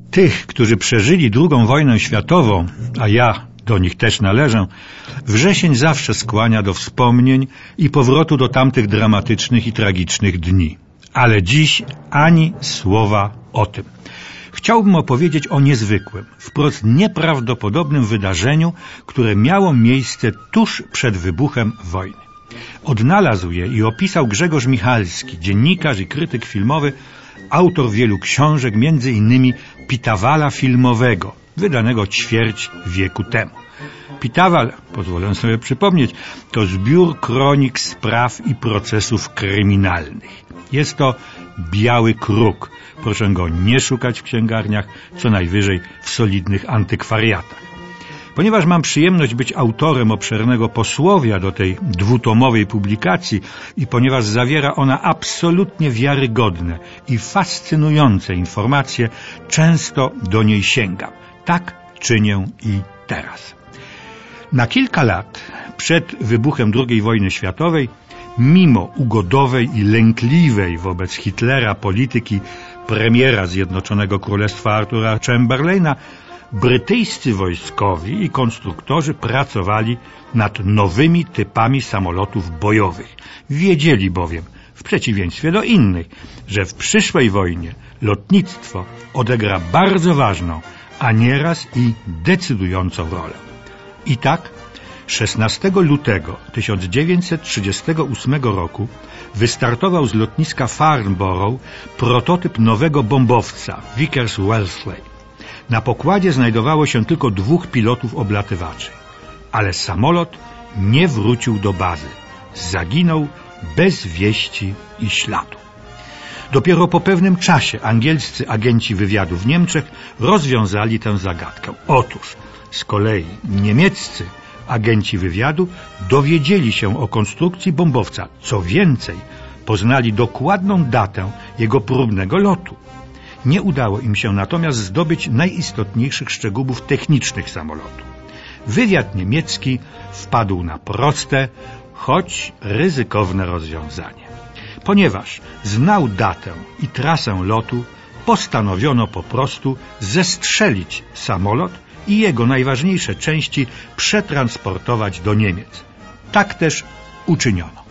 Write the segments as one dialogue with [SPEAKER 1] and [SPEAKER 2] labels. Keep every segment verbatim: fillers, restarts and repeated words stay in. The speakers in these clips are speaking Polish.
[SPEAKER 1] Tych, którzy przeżyli drugą wojnę światową, a ja do nich też należę, wrzesień zawsze skłania do wspomnień i powrotu do tamtych dramatycznych i tragicznych dni. Ale dziś ani słowa o tym. Chciałbym opowiedzieć o niezwykłym, wprost nieprawdopodobnym wydarzeniu, które miało miejsce tuż przed wybuchem wojny. Odnalazł je i opisał Grzegorz Michalski, dziennikarz i krytyk filmowy, autor wielu książek, między innymi Pitawala filmowego, wydanego ćwierć wieku temu. Pitawal, pozwolę sobie przypomnieć, to zbiór kronik spraw i procesów kryminalnych. Jest to biały kruk. Proszę go nie szukać w księgarniach, co najwyżej w solidnych antykwariatach. Ponieważ mam przyjemność być autorem obszernego posłowia do tej dwutomowej publikacji i ponieważ zawiera ona absolutnie wiarygodne i fascynujące informacje, często do niej sięgam. Tak czynię i teraz. Na kilka lat przed wybuchem drugiej wojny światowej, mimo ugodowej i lękliwej wobec Hitlera polityki premiera Zjednoczonego Królestwa Artura Chamberlaina, brytyjscy wojskowi i konstruktorzy pracowali nad nowymi typami samolotów bojowych. Wiedzieli bowiem, w przeciwieństwie do innych, że w przyszłej wojnie lotnictwo odegra bardzo ważną, a nieraz i decydującą rolę. I tak szesnastego lutego tysiąc dziewięćset trzydziestego ósmego roku wystartował z lotniska Farnborough prototyp nowego bombowca Vickers Wellesley. Na pokładzie znajdowało się tylko dwóch pilotów oblatywaczy, ale samolot nie wrócił do bazy. Zaginął bez wieści i śladu. Dopiero po pewnym czasie angielscy agenci wywiadu w Niemczech rozwiązali tę zagadkę. Otóż z kolei niemieccy agenci wywiadu dowiedzieli się o konstrukcji bombowca. Co więcej, poznali dokładną datę jego próbnego lotu. Nie udało im się natomiast zdobyć najistotniejszych szczegółów technicznych samolotu. Wywiad niemiecki wpadł na proste, choć ryzykowne rozwiązanie. Ponieważ znał datę i trasę lotu, postanowiono po prostu zestrzelić samolot i jego najważniejsze części przetransportować do Niemiec. Tak też uczyniono.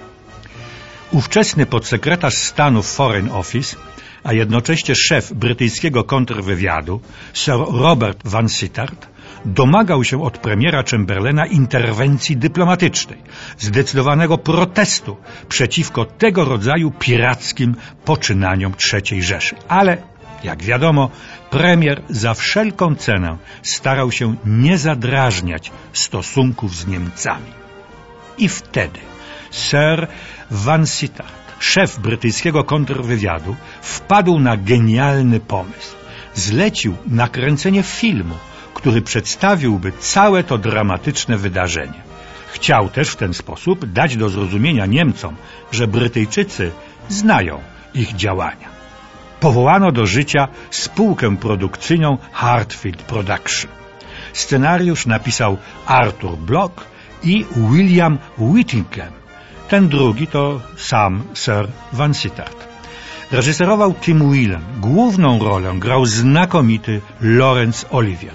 [SPEAKER 1] Ówczesny podsekretarz stanu Foreign Office, a jednocześnie szef brytyjskiego kontrwywiadu, Sir Robert Vansittart, domagał się od premiera Chamberlaina interwencji dyplomatycznej, zdecydowanego protestu przeciwko tego rodzaju pirackim poczynaniom trzeciej Rzeszy. Ale, jak wiadomo, premier za wszelką cenę starał się nie zadrażniać stosunków z Niemcami. I wtedy Sir Vansittart, szef brytyjskiego kontrwywiadu, wpadł na genialny pomysł. Zlecił nakręcenie filmu, który przedstawiłby całe to dramatyczne wydarzenie. Chciał też w ten sposób dać do zrozumienia Niemcom, że Brytyjczycy znają ich działania. Powołano do życia spółkę produkcyjną Hartfield Production. Scenariusz napisał Arthur Bloch i William Whittingham. Ten drugi to sam Sir Vansittart. Reżyserował Tim Whelan. Główną rolę grał znakomity Laurence Olivier.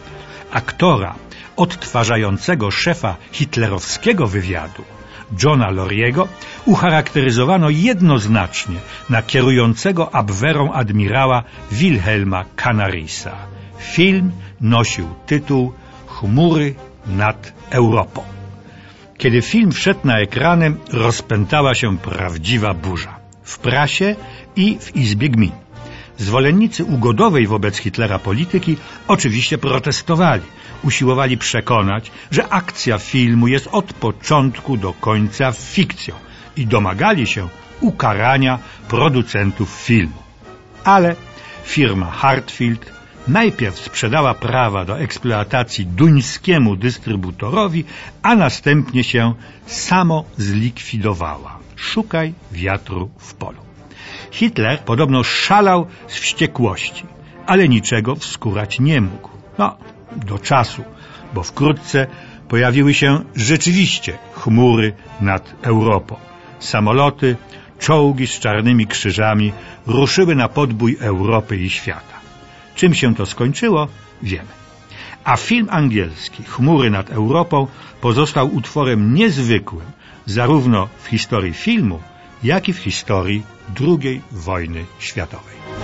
[SPEAKER 1] Aktora odtwarzającego szefa hitlerowskiego wywiadu, Johna Loriego, ucharakteryzowano jednoznacznie na kierującego Abwehrą admirała Wilhelma Canarisa. Film nosił tytuł Chmury nad Europą. Kiedy film wszedł na ekrany, rozpętała się prawdziwa burza. W prasie i w Izbie Gmin. Zwolennicy ugodowej wobec Hitlera polityki oczywiście protestowali. Usiłowali przekonać, że akcja filmu jest od początku do końca fikcją i domagali się ukarania producentów filmu. Ale firma Hartfield najpierw sprzedała prawa do eksploatacji duńskiemu dystrybutorowi, a następnie się samo zlikwidowała. Szukaj wiatru w polu. Hitler podobno szalał z wściekłości, ale niczego wskórać nie mógł. No, do czasu, bo wkrótce pojawiły się rzeczywiście chmury nad Europą. Samoloty, czołgi z czarnymi krzyżami ruszyły na podbój Europy i świata. Czym się to skończyło, wiemy. A film angielski Chmury nad Europą pozostał utworem niezwykłym, zarówno w historii filmu, jak i w historii drugiej wojny światowej.